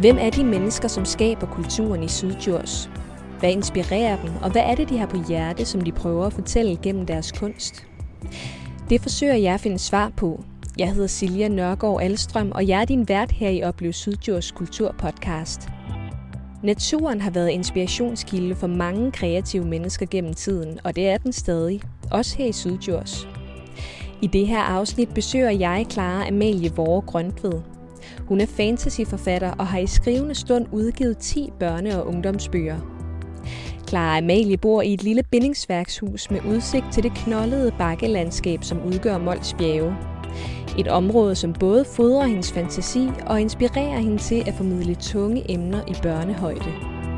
Hvem er de mennesker, som skaber kulturen i Syddjurs? Hvad inspirerer dem, og hvad er det, de har på hjerte, som de prøver at fortælle gennem deres kunst? Det forsøger jeg at finde svar på. Jeg hedder Silja Nørgaard Alstrøm, og jeg er din vært her i Oplev Syddjurs Kulturpodcast. Naturen har været inspirationskilde for mange kreative mennesker gennem tiden, og det er den stadig, også her i Syddjurs. I det her afsnit besøger jeg Clara Amalie Vore Grøntved. Hun er fantasyforfatter og har i skrivende stund udgivet 10 børne- og ungdomsbøger. Clara Amalie bor i et lille bindingsværkshus med udsigt til det knoldede bakkelandskab, som udgør Mols Bjerge. Et område, som både fodrer hendes fantasi og inspirerer hende til at formidle tunge emner i børnehøjde.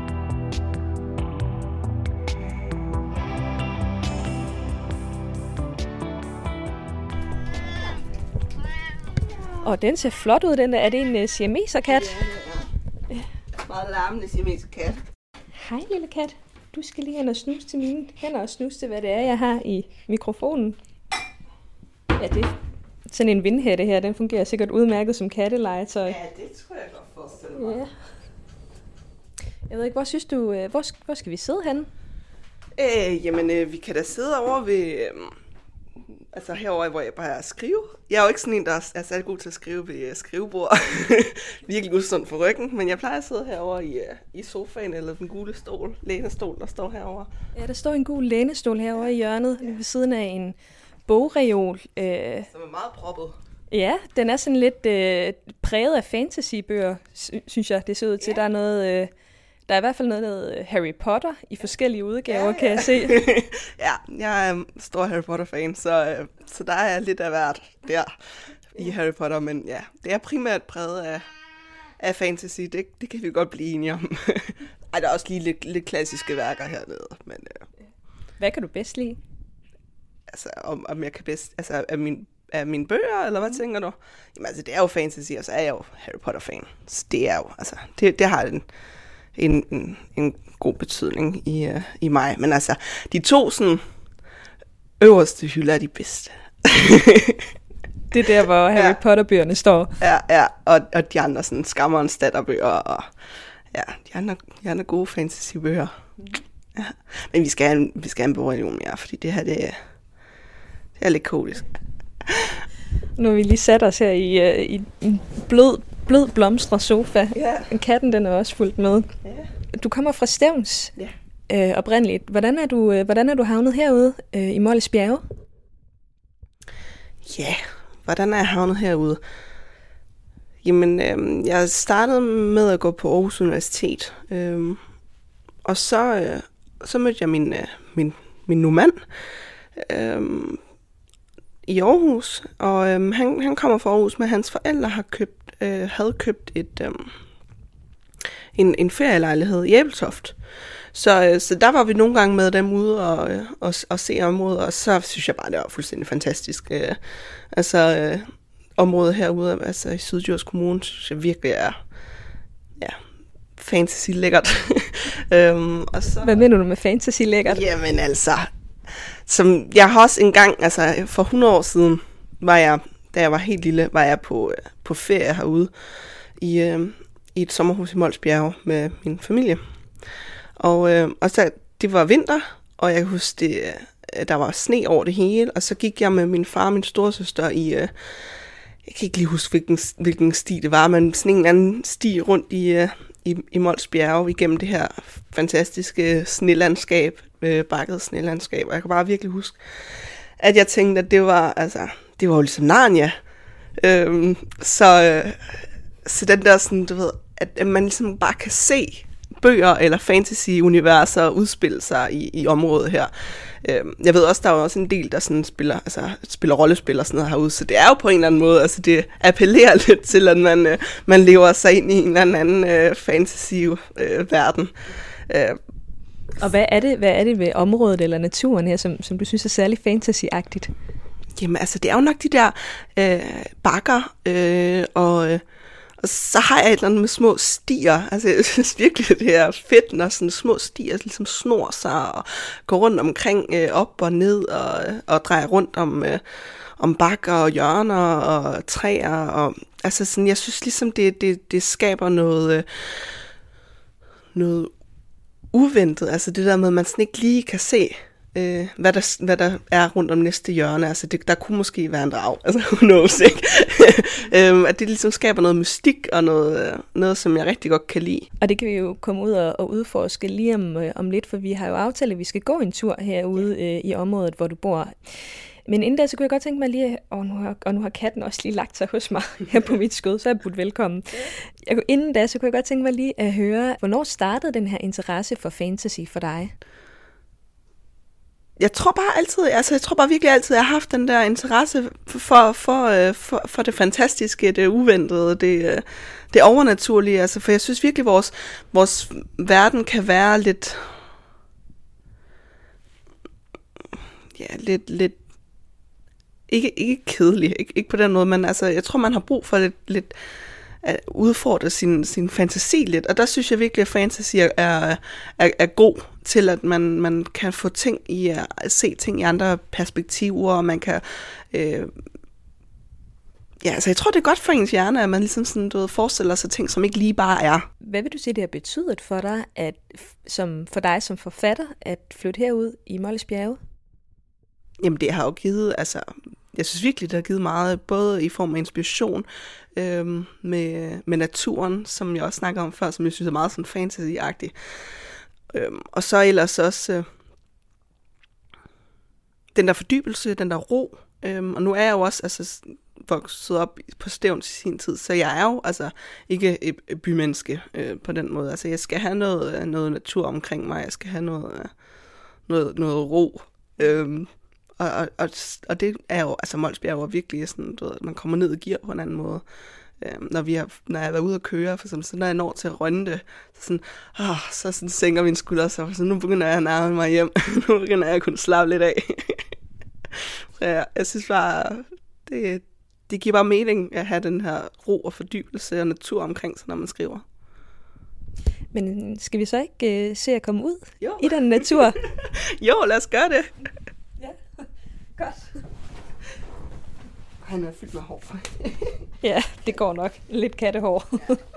Og den ser flot ud, den der. Er det en siameserkat? Ja. Meget larmende siameserkat. Hej lille kat. Du skal lige hen og snuse til mine hænder og snuse til, hvad det er, jeg har i mikrofonen. Ja, det sådan en vindhætte her, den fungerer sikkert udmærket som kattelegetøj. Ja, det tror jeg godt forestille mig. Ja. Jeg ved ikke, hvor synes du, hvor skal vi sidde henne? Vi kan da sidde over ved, altså herovre, hvor jeg bare skrive. Jeg er jo ikke sådan en, der er særlig god til at skrive ved skrivebord. Virkelig usundt for ryggen, men jeg plejer at sidde herovre i sofaen, eller den gule stol, lænestol, der står herovre. Ja, der står en gul lænestol herovre i hjørnet, ved siden af en bogreol. Som er meget proppet. Ja, den er sådan lidt præget af fantasybøger, synes jeg, det ser ud til. Ja. Der er noget, der er i hvert fald noget Harry Potter i forskellige udgaver, kan jeg se. Ja, jeg er stor Harry Potter-fan, så der er lidt af hvert der i Harry Potter, men ja, det er primært præget af fantasy, det kan vi godt blive enige om. Ej, der er også lige lidt klassiske værker hernede, men... Hvad kan du bedst lide? Altså, om jeg kan bedst... Altså, af mine bøger, eller hvad tænker du? Jamen, altså, det er jo fantasy, og så er jeg jo Harry Potter-fan. Så det er jo, altså... Det har en god betydning i mig. Men altså, de to sådan øverste hylder er de bedste. Det er der, hvor Harry Potter-bøgerne står. Ja, og de andre sådan Skammerens datterbøger, og ja, de andre gode fantasy-bøger. Ja. Men vi skal have en bogreol mere, fordi det her, det er lidt komisk. Nu har vi lige sat os her i en blød blomstret sofa. Yeah. Katten, den er også fuldt med. Yeah. Du kommer fra Stevns oprindeligt. Hvordan er du havnet herude i Mols Bjerge? Ja, hvordan er jeg havnet herude? Jamen, jeg startede med at gå på Aarhus Universitet. Og så mødte jeg min nu mand i Aarhus, og han kommer fra Aarhus, men hans forældre havde købt en ferielejlighed i Ebeltoft. Så der var vi nogle gange med dem ude og se området, og så synes jeg bare, det var fuldstændig fantastisk. Området herude, altså i Syddjurs Kommune, synes jeg virkelig er fantasy lækkert. Og så, hvad mener du med fantasy lækkert? Jamen altså, som jeg har også engang, altså for 100 år siden, da jeg var helt lille, var jeg på ferie herude i et sommerhus i Mols Bjerge med min familie. Og så, det var vinter, og jeg kan huske, der var sne over det hele, og så gik jeg med min far og min storesøster jeg kan ikke lige huske, hvilken sti det var, men sådan en anden sti rundt i Mols Bjerge igennem det her fantastiske snelandskab, bakket snelandskab, og jeg kan bare virkelig huske, at jeg tænkte, at det var jo ligesom Narnia. Så den der sådan, du ved, at man ligesom bare kan se bøger eller fantasy-universer udspille sig i området her. Jeg ved også, der er også en del, der sådan spiller rollespil og sådan noget herude, så det er jo på en eller anden måde, altså det appellerer lidt til, at man lever sig ind i en eller anden fantasy-verden. Og hvad er det ved området eller naturen her, som du synes er særlig fantasy-agtigt? Jamen altså, det er jo nok de der bakker og Og så har jeg et eller andet med små stier. Altså, jeg synes virkelig, det er fedt, når sådan små stier ligesom snor sig og går rundt omkring, op og ned og drejer rundt om bakker og hjørner og træer. Og, altså sådan, jeg synes ligesom, det skaber noget uventet. Altså det der med, at man sådan ikke lige kan se, hvad der er rundt om næste hjørne. Altså der kunne måske være en drag. Altså who knows, ikke? At det ligesom skaber noget mystik og noget, som jeg rigtig godt kan lide. Og det kan vi jo komme ud og udforske lige om lidt, for vi har jo aftalt, at vi skal gå en tur herude i området, hvor du bor. Men inden da, så kunne jeg godt tænke mig lige, nu har katten også lige lagt sig hos mig her på mit skød, så er jeg budt velkommen. Inden da, så kunne jeg godt tænke mig lige at høre, hvornår startede den her interesse for fantasy for dig? Jeg tror virkelig altid, jeg har haft den der interesse for det fantastiske, det uventede, det overnaturlige. Altså, for jeg synes virkelig, vores verden kan være lidt ikke kedelig, ikke på den måde, men altså, jeg tror, man har brug for lidt at udfordre sin fantasi lidt, og der synes jeg virkelig, at fantasy er god til, at man kan få ting at se ting i andre perspektiver, og man kan altså jeg tror, det er godt for ens hjerne, at man ligesom sådan, forestiller sig ting, som ikke lige bare er. Hvad vil du sige, det har betydet for dig, for dig som forfatter, at flytte herud i Mols Bjerge? Jamen det har jo givet, altså jeg synes virkelig, det har givet meget, både i form af inspiration med naturen, som jeg også snakker om før, som jeg synes er meget sådan fantasy-agtig. Og så ellers også den der fordybelse, den der ro. Og nu er jeg jo også altså, vokset op på Stevns i sin tid, så jeg er jo altså ikke et bymenneske på den måde. Altså jeg skal have noget natur omkring mig, jeg skal have noget ro. Og det er jo, altså Mols Bjerge er virkelig sådan, du ved, man kommer ned og giver på en anden måde. Når jeg har været ude at køre, for eksempel, så når jeg når til Rønde, så sådan sænker min skulder sig, så nu begynder jeg at nærme mig hjem. Nu begynder jeg at kunne slappe lidt af. Så jeg synes bare, det giver bare mening at have den her ro og fordybelse og natur omkring sig, når man skriver. Men skal vi så ikke se at komme ud i den natur? Jo, lad os gøre det. Ja, godt. Han er fyldt med hår. Ja, det går nok. Lidt kattehår.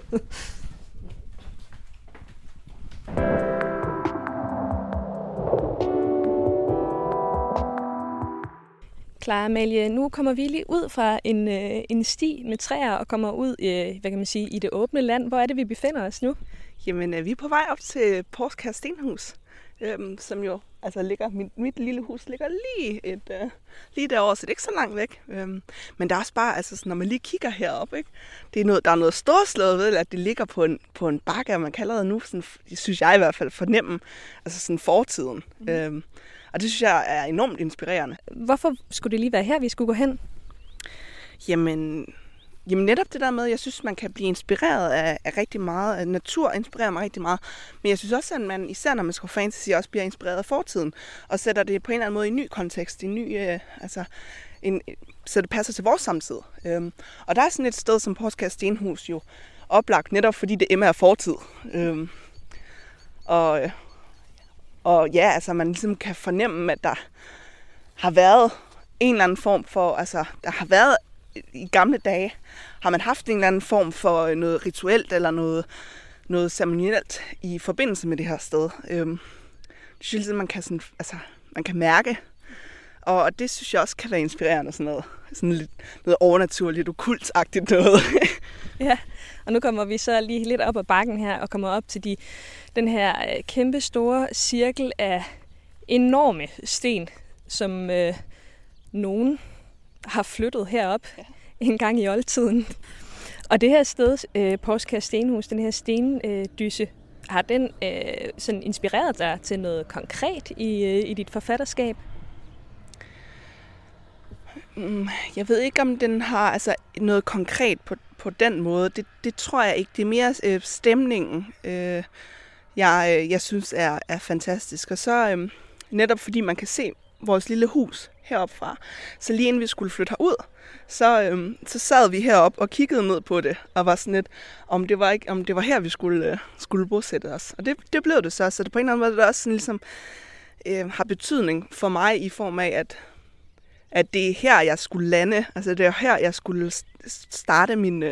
Clara Amalie, nu kommer vi lige ud fra en sti med træer og kommer ud i det åbne land. Hvor er det, vi befinder os nu? Jamen, vi er på vej op til Porskær Stenhus, som jo altså ligger, mit lille hus ligger lige derovre, så det er ikke så langt væk. Men der er også bare, altså når man lige kigger herop, ikke? Der er noget storslået ved, at det ligger på en bakke, og man kalder det nu, sådan, synes jeg i hvert fald, fornemme, altså sådan fortiden. Og det synes jeg er enormt inspirerende. Hvorfor skulle det lige være her, vi skulle gå hen? Jamen netop det der med, jeg synes, man kan blive inspireret af rigtig meget. At natur inspirerer mig rigtig meget. Men jeg synes også, at man, især når man skriver fantasy, også bliver inspireret af fortiden. Og sætter det på en eller anden måde i en ny kontekst. Så det passer til vores samtid. Og der er sådan et sted som Porskær Stenhus jo oplagt, netop fordi det emmer af fortid. Og ja, altså man ligesom kan fornemme, at der har været en eller anden form for, altså der har været i gamle dage, har man haft en eller anden form for noget rituelt eller noget ceremonielt i forbindelse med det her sted. Det synes jeg, man kan mærke. Og det synes jeg også kan være inspirerende, sådan noget overnaturligt, okkultagtigt noget. Ja, og nu kommer vi så lige lidt op ad bakken her, og kommer op til den her kæmpe store cirkel af enorme sten, som nogen har flyttet herop en gang i oldtiden. Og det her sted, Porskær Stenhus, den her stendysse, har den sådan inspireret dig til noget konkret i dit forfatterskab? Jeg ved ikke, om den har altså noget konkret på den måde. Det tror jeg ikke. Det er mere stemningen, jeg synes er fantastisk. Og så netop fordi man kan se vores lille hus heroppe fra. Så lige inden vi skulle flytte herud, så sad vi heroppe og kiggede ned på det, og var sådan lidt, om det var her, vi skulle bosætte os. Og det blev det så det på en eller anden måde det også sådan ligesom har betydning for mig i form af, at det er her, jeg skulle lande. Altså det er her, jeg skulle starte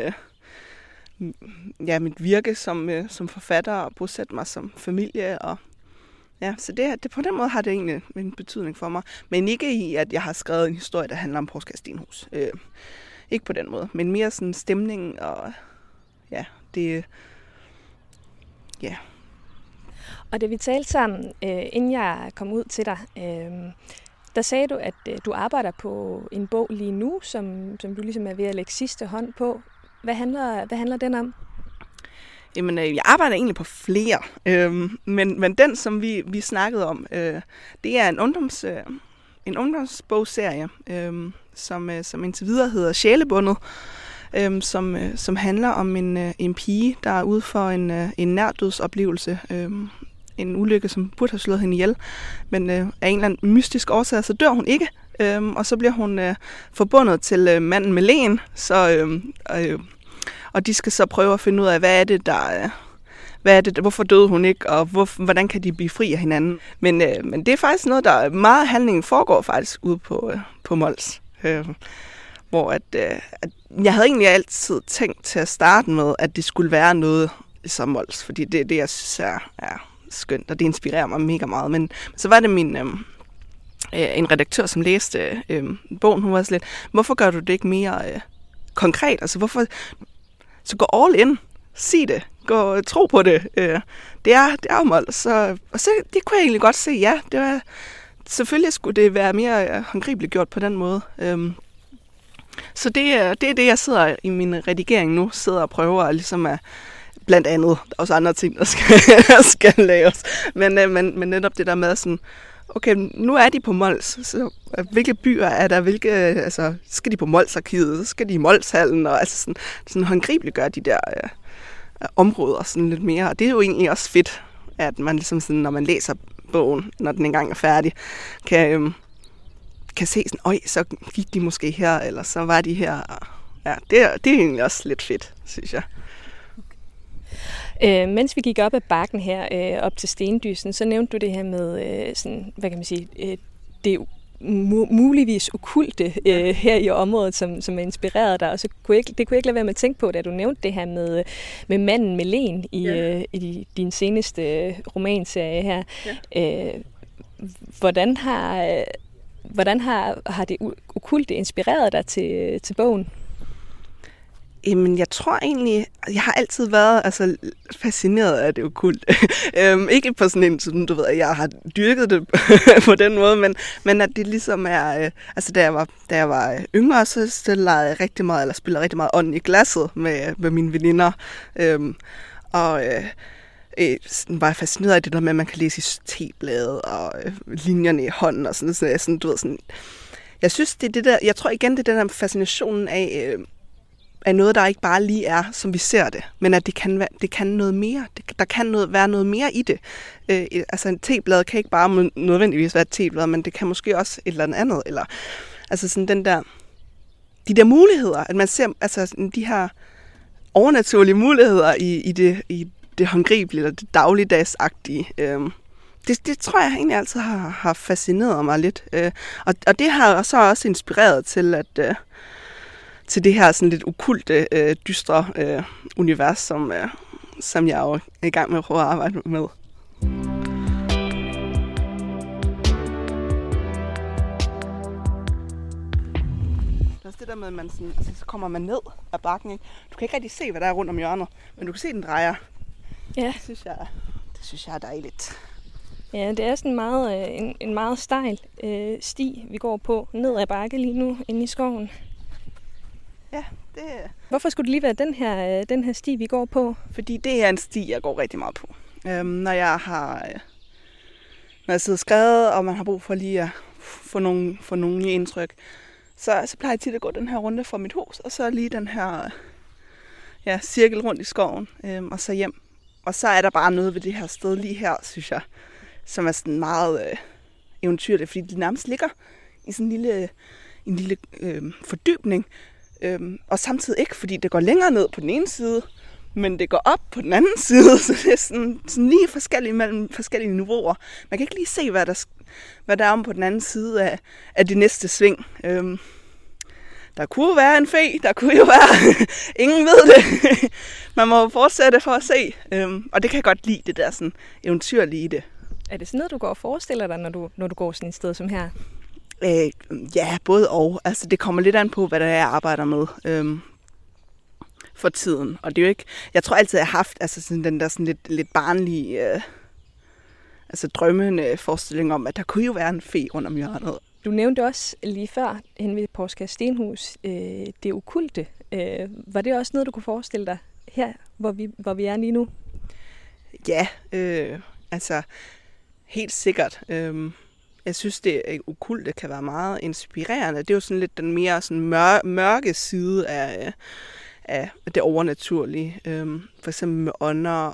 mit virke som forfatter og bosætte mig som familie. Og ja, så det på den måde har det egentlig en betydning for mig. Men ikke i, at jeg har skrevet en historie, der handler om Porsgrunn Stenhus. Ikke på den måde, men mere sådan stemningen og ja, det. Ja. Og da vi talte sammen, inden jeg kom ud til dig, der sagde du, at du arbejder på en bog lige nu, som du ligesom er ved at lægge sidste hånd på. Hvad handler den om? Jamen, jeg arbejder egentlig på flere, men den, som vi snakkede om, det er en ungdomsbogserie, som indtil videre hedder Sjælebundet, som handler om en pige, der er ude for en nærdødsoplevelse, en ulykke, som burde have slået hende ihjel, men af en eller anden mystisk årsag, så dør hun ikke, og så bliver hun forbundet til manden med leen, og de skal så prøve at finde ud af, hvad er det, hvorfor døde hun ikke, og hvordan kan de blive fri af hinanden. Men det er faktisk noget, der meget handlingen foregår faktisk ude på Mols. Hvor at jeg havde egentlig altid tænkt til at starte med, at det skulle være noget som Mols, fordi det jeg synes er skønt, og det inspirerer mig mega meget. Men så var det en redaktør, som læste bogen, hun var sådan lidt, hvorfor gør du det ikke mere konkret? Altså hvorfor så gå all in, sig det, tro på det. Det er jo Mols. Og så det kunne jeg egentlig godt se, ja, det var selvfølgelig skulle det være mere håndgribeligt gjort på den måde. Så det er det, jeg sidder i min redigering nu, sidder og prøver ligesom at blandt andet også andre ting, der skal laves. Men netop det der med sådan, okay, nu er de på Mols, så hvilke byer er der, skal de på Molsarkivet, så skal de i Molshallen, og altså sådan håndgribeligt gøre de der områder sådan lidt mere. Og det er jo egentlig også fedt, at man ligesom sådan, når man læser bogen, når den engang er færdig, kan se sådan, så gik de måske her, eller så var de her. Ja, det er egentlig også lidt fedt, synes jeg. Mens vi gik op ad bakken her, op til Stendyssen, så nævnte du det her med, sådan, hvad kan man sige, det muligvis okkulte her i området, som inspirerede dig, og så kunne jeg ikke lade være med at tænke på, da du nævnte det her med manden med leen i din seneste romanserie her. Ja. Hvordan har det okkulte inspireret dig til bogen? Jamen, jeg tror egentlig, jeg har altid været fascineret af det okkulte. Ikke på sådan en, som du ved, at jeg har dyrket det på den måde, men at det ligesom er, da jeg var yngre, så legede jeg rigtig meget, eller spillede rigtig meget ånden i glasset med mine veninder. Var jeg fascineret af det der med, at man kan læse i tebladet og linjerne i hånden og sådan, du ved, sådan. Jeg synes, det er det der, jeg tror igen, det er den der fascinationen af noget, der ikke bare lige er, som vi ser det, men at det kan noget mere. Der kan være noget mere i det. En teblad kan ikke bare nødvendigvis være et teblad, men det kan måske også et eller andet. Eller, altså sådan de der muligheder, at man ser de her overnaturlige muligheder i det håndgribelige, eller det dagligdagsagtige. Det tror jeg egentlig altid har fascineret mig lidt. Og det har så også inspireret til det her sådan lidt okkulte, dystre univers, som jeg er i gang med at prøve at arbejde med. Det er også det der med, at man sådan, så kommer man ned ad bakken. Ikke? Du kan ikke rigtig se, hvad der er rundt om hjørnet, men du kan se, den drejer. Ja. Det synes jeg er dejligt. Ja, det er sådan en meget stejl sti, vi går på ned ad bakke lige nu inde i skoven. Ja, det. Hvorfor skulle det lige være den her sti, vi går på? Fordi det er en sti, jeg går rigtig meget på. Når jeg sidder skrevet, og man har brug for lige at få nogle nye indtryk, så plejer jeg tit at gå den her runde fra mit hus, og så lige den her cirkel rundt i skoven, og så hjem. Og så er der bare noget ved det her sted lige her, synes jeg, som er sådan meget eventyrligt, fordi det nærmest ligger i sådan en lille fordybning, og samtidig ikke, fordi det går længere ned på den ene side, men det går op på den anden side, så det er sådan lige forskellige mellem forskellige niveauer. Man kan ikke lige se, hvad der er om på den anden side af det næste sving. Der kunne være en fe, der kunne jo være, ingen ved det. Man må jo fortsætte for at se, og det kan jeg godt lide, det der sådan eventyrlige i det. Er det sådan noget, du går og forestiller dig, når du går sådan et sted som her? Ja, både og. Altså, det kommer lidt an på, hvad det er, jeg arbejder med for tiden. Og det er jo ikke... Jeg tror altid, jeg har haft altså, sådan den der sådan lidt barnlige, drømmende forestilling om, at der kunne jo være en fe rundt om hjørnet. Du nævnte også lige før, hen ved Porsche Stenhus, det okkulte. Var det også noget, du kunne forestille dig her, hvor vi er lige nu? Ja, helt sikkert. Jeg synes, det okkulte kan være meget inspirerende. Det er jo sådan lidt den mere sådan mørke side af det overnaturlige. For eksempel med ånder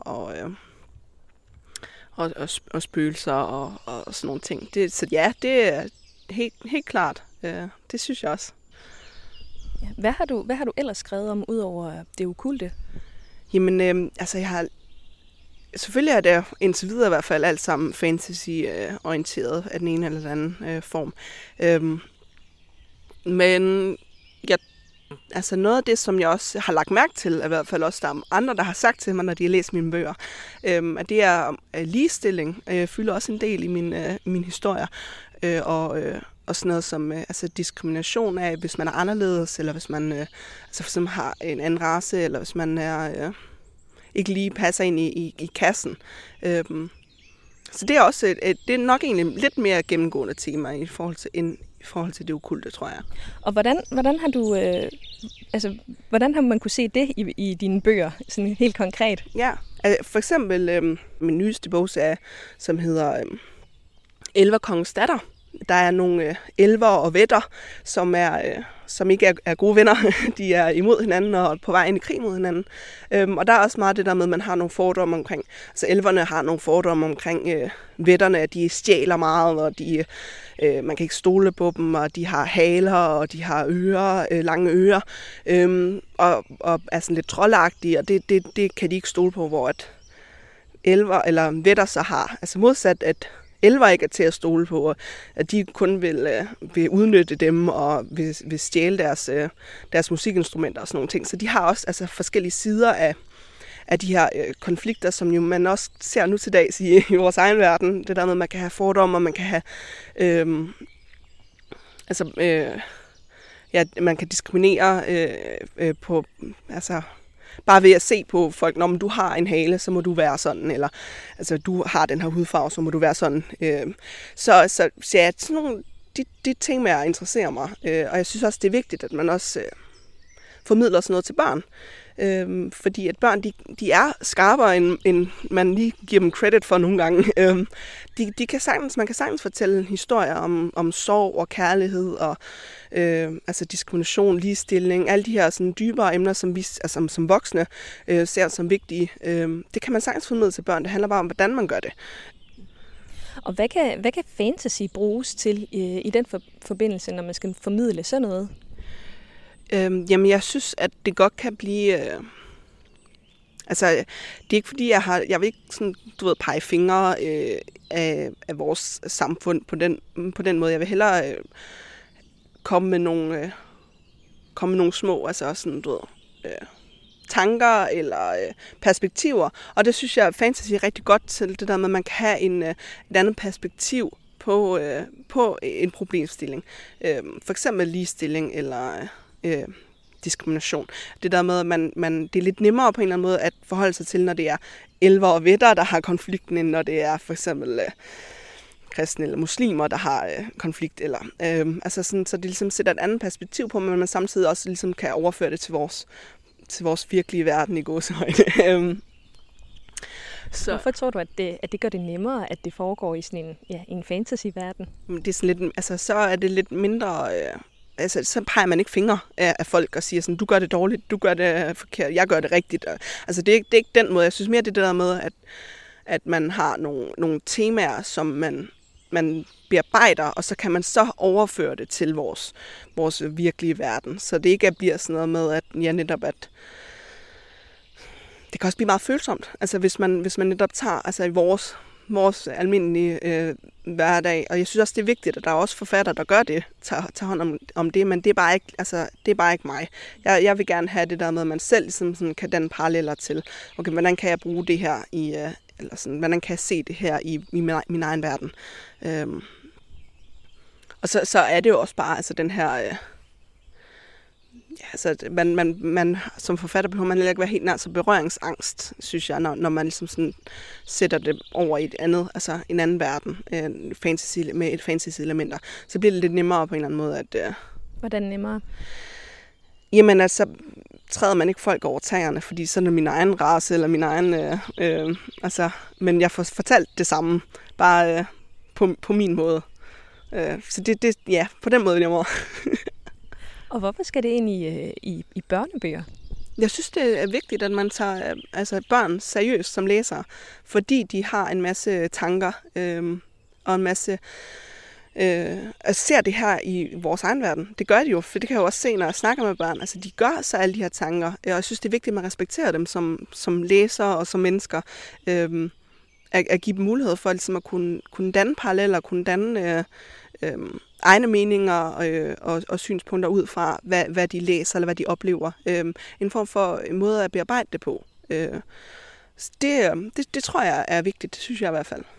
og spøgelser og sådan nogle ting. Så ja, det er helt klart. Det synes jeg også. Ja, hvad har du ellers skrevet om, udover det okkulte? Jamen, jeg har... Selvfølgelig er det indtil videre i hvert fald alt sammen fantasy-orienteret af den ene eller den anden form. Men noget af det, som jeg også har lagt mærke til, er i hvert fald også der er andre, der har sagt til mig, når de har læst mine bøger, at det er ligestilling. Fylder også en del i mine historier. Og sådan noget som diskrimination af, hvis man er anderledes, eller hvis man for eksempel har en anden race, eller hvis man er... ikke lige passer ind i kassen. Så det er også det er nok egentlig lidt mere gennemgående tema i forhold til det okkulte, tror jeg. Og hvordan har du hvordan har man kunne se det i dine bøger, sådan helt konkret? Ja, for eksempel min nyeste bogserie, som hedder Elverkongens datter. Der er nogle elver og vætter, som ikke er gode venner. De er imod hinanden og på vej ind i krig mod hinanden. Og der er også meget det der med, at man har nogle fordomme omkring... Altså elverne har nogle fordomme omkring vætterne, at de stjæler meget, og man kan ikke stole på dem, og de har haler, og de har lange ører, og er sådan lidt troldagtige, og det kan de ikke stole på, hvor at elver eller vætter så har. Altså modsat, at elver ikke er til at stole på, og at de kun vil udnytte dem og vil stjæle deres musikinstrumenter og sådan nogle ting. Så de har også forskellige sider af de her konflikter, som jo man også ser nu til dags i vores egen verden. Det der med, at man kan have fordomme, og man kan have... man kan diskriminere på... bare ved at se på folk, når du har en hale, så må du være sådan, eller du har den her hudfarve, så må du være sådan. Så ja, sådan nogle, de ting med at interessere mig, og jeg synes også, det er vigtigt, at man også formidler sådan noget til børn. Fordi at børn, de er skarpere, end man lige giver dem credit for nogle gange. Man kan sagtens fortælle historier om sorg og kærlighed og diskrimination, ligestilling, alle de her sådan dybere emner, som vi som voksne ser som vigtige. Det kan man sagtens formidle til børn. Det handler bare om, hvordan man gør det. Og hvad kan fantasy bruges til i den forbindelse, når man skal formidle sådan noget? Jamen, jeg synes, at det godt kan blive... det er ikke fordi, jeg vil ikke sådan, pege fingre af vores samfund på den måde. Jeg vil hellere komme med nogle små, tanker eller perspektiver. Og det synes jeg, fantasy er rigtig godt til, det der med, at man kan have et andet perspektiv på en problemstilling. For eksempel ligestilling eller... diskrimination. Det der med, at det er lidt nemmere på en eller anden måde at forholde sig til, når det er elver og vætter, der har konflikten, end når det er for eksempel kristne eller muslimer, der har konflikt. Eller, så det ligesom sætter et andet perspektiv på, men man samtidig også ligesom kan overføre det til vores virkelige verden i gåsehøjde. Så. Hvorfor tror du, at det gør det nemmere, at det foregår i sådan en fantasy-verden? Det er sådan lidt, så er det lidt mindre... så peger man ikke fingre af folk og siger sådan, du gør det dårligt, du gør det forkert, jeg gør det rigtigt. Det er ikke den måde. Jeg synes mere, det der med, at man har nogle temaer, som man man bearbejder, og så kan man så overføre det til vores virkelige verden. Så det ikke bliver sådan noget med, at netop at det kan også blive meget følsomt. Altså hvis man netop tager, altså i vores almindelige hverdag, og jeg synes også, det er vigtigt, at der er også forfattere, der gør det, tager hånd om det, men det er bare ikke mig. Jeg vil gerne have det der med, at man selv ligesom sådan kan danne paralleller til, okay, hvordan kan jeg bruge det her eller sådan, hvordan kan jeg se det her i min egen verden. Og så er det jo også bare altså den her altså man som forfatter behøver man heller ikke være helt nær så berøringsangst, synes jeg, når man ligesom sådan sætter det over i en anden verden, fantasy med et fantasy-elementer. Så bliver det lidt nemmere på en eller anden måde. Hvordan nemmere? Jamen altså, træder man ikke folk over tæerne, fordi sådan er min egen race, eller min egen men jeg får fortalt det samme, bare på min måde. Så det på den måde nemmere. Og hvorfor skal det ind i børnebøger? Jeg synes, det er vigtigt, at man tager børn seriøst som læsere, fordi de har en masse tanker og en masse ser det her i vores egen verden. Det gør de jo, for det kan jeg jo også se, når jeg snakker med børn. Altså, de gør så alle de her tanker, og jeg synes, det er vigtigt, at man respekterer dem som læsere og som mennesker. At give dem mulighed for ligesom at kunne danne paralleller, kunne danne egne meninger og synspunkter ud fra, hvad de læser eller hvad de oplever. En form for en måde at bearbejde det på. Det tror jeg er vigtigt, det synes jeg i hvert fald.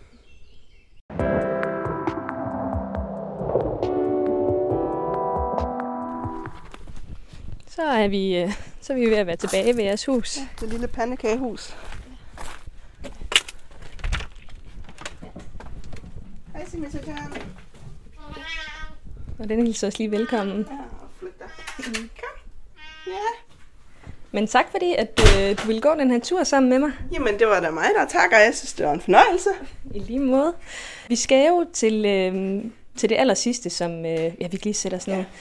Så er vi ved at være tilbage ved jeres hus. Ja, det lille pandekagehus. Hej, Simon. Og den hilser os lige velkommen. Ja, flytter. Kom. Ja. Men tak fordi, at du ville gå den her tur sammen med mig. Jamen, det var da mig, der takker. Jeg synes, det var en fornøjelse. I lige måde. Vi skal jo til det allersidste, som vi kan lige sætte os ned.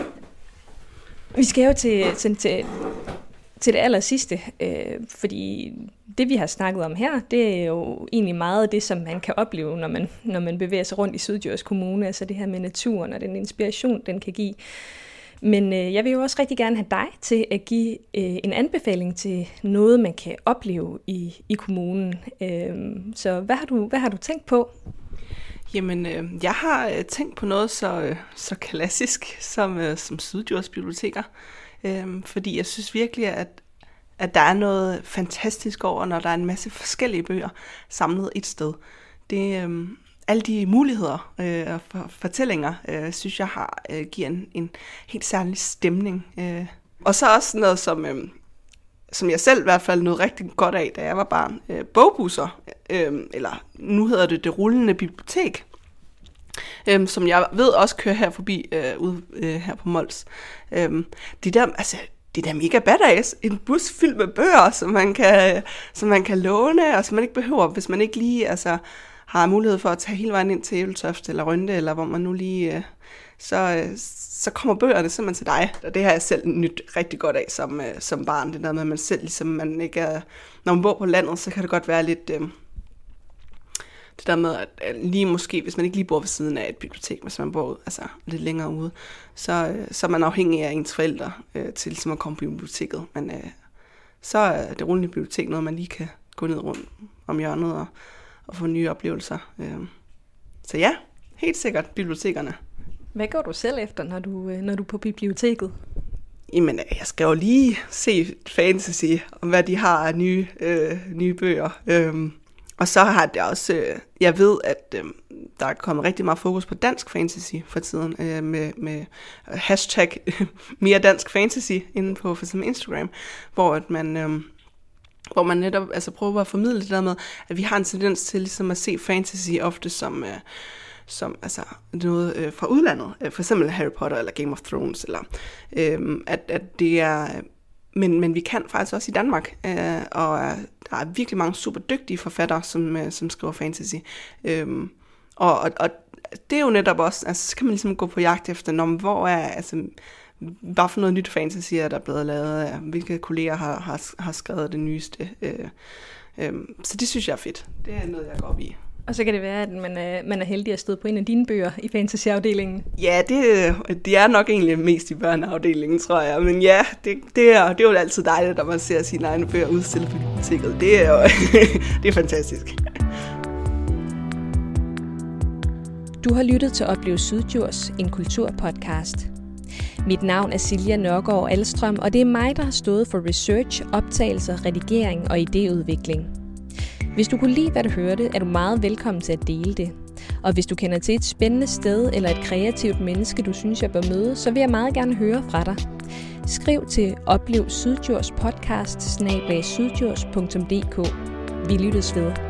Vi skal jo til det allersidste, fordi det, vi har snakket om her, det er jo egentlig meget det, som man kan opleve, når man bevæger sig rundt i Syddjurs Kommune, altså det her med naturen og den inspiration, den kan give. Men jeg vil jo også rigtig gerne have dig til at give en anbefaling til noget, man kan opleve i kommunen. Så hvad har du tænkt på? Jamen, jeg har tænkt på noget så klassisk som Syddjurs biblioteker. Fordi jeg synes virkelig, at der er noget fantastisk over, når der er en masse forskellige bøger samlet et sted. Det alle de muligheder og fortællinger, synes jeg giver en helt særlig stemning. Og så også noget, som jeg selv i hvert fald nød rigtig godt af, da jeg var barn. Bogbusser, eller nu hedder det rullende bibliotek, som jeg ved også kører her forbi ude her på Mols. Det er mega badass. En bus fyldt med bøger, som man kan låne, og som man ikke behøver, hvis man ikke lige har mulighed for at tage hele vejen ind til Ebeltoft eller Rønde, eller hvor man nu lige... Så kommer bøgerne simpelthen til dig. Og det har jeg selv nyt rigtig godt af som barn. Det der med, at man selv ligesom, man ikke er... Når man bor på landet, så kan det godt være lidt... Det der med, at lige måske, hvis man ikke lige bor ved siden af et bibliotek, hvis man bor lidt længere ude, så er man afhængig af ens forældre til ligesom at komme på biblioteket. Men så er det rullende bibliotek noget, man lige kan gå ned rundt om hjørnet og få nye oplevelser. Så ja, helt sikkert bibliotekerne. Hvad går du selv efter, når du er på biblioteket? Jamen, jeg skal jo lige se fantasy, om hvad de har af nye bøger. Og så har det også, jeg ved, at der er kommet rigtig meget fokus på dansk fantasy for tiden, med hashtag mere dansk fantasy inde på for eksempel Instagram, hvor man netop prøver at formidle det der med, at vi har en tendens til ligesom at se fantasy ofte som noget fra udlandet, for eksempel Harry Potter eller Game of Thrones, eller at det er... Men vi kan faktisk også i Danmark, og der er virkelig mange super dygtige forfattere, som skriver fantasy. Og det er jo netop også, så kan man ligesom gå på jagt efter, hvor er, hvad for noget nyt fantasy er der blevet lavet, hvilke kolleger har skrevet det nyeste. Så det synes jeg er fedt. Det er noget, jeg går op i. Og så kan det være, at man er heldig at støde på en af dine bøger i fantasyafdelingen. Ja, det er nok egentlig mest i børneafdelingen, tror jeg. Men ja, det er jo altid dejligt, når man ser sine egne bøger udstillet på biblioteket. Det er jo det er fantastisk. Du har lyttet til Oplev Syddjurs, en kulturpodcast. Mit navn er Silja Nørgaard Alstrøm, og det er mig, der har stået for research, optagelser, redigering og idéudvikling. Hvis du kunne lide, hvad du hørte, er du meget velkommen til at dele det. Og hvis du kender til et spændende sted eller et kreativt menneske, du synes, jeg bør møde, så vil jeg meget gerne høre fra dig. Skriv til oplevsyddjurspodcast@syddjurs.dk. Vi lyttes ved.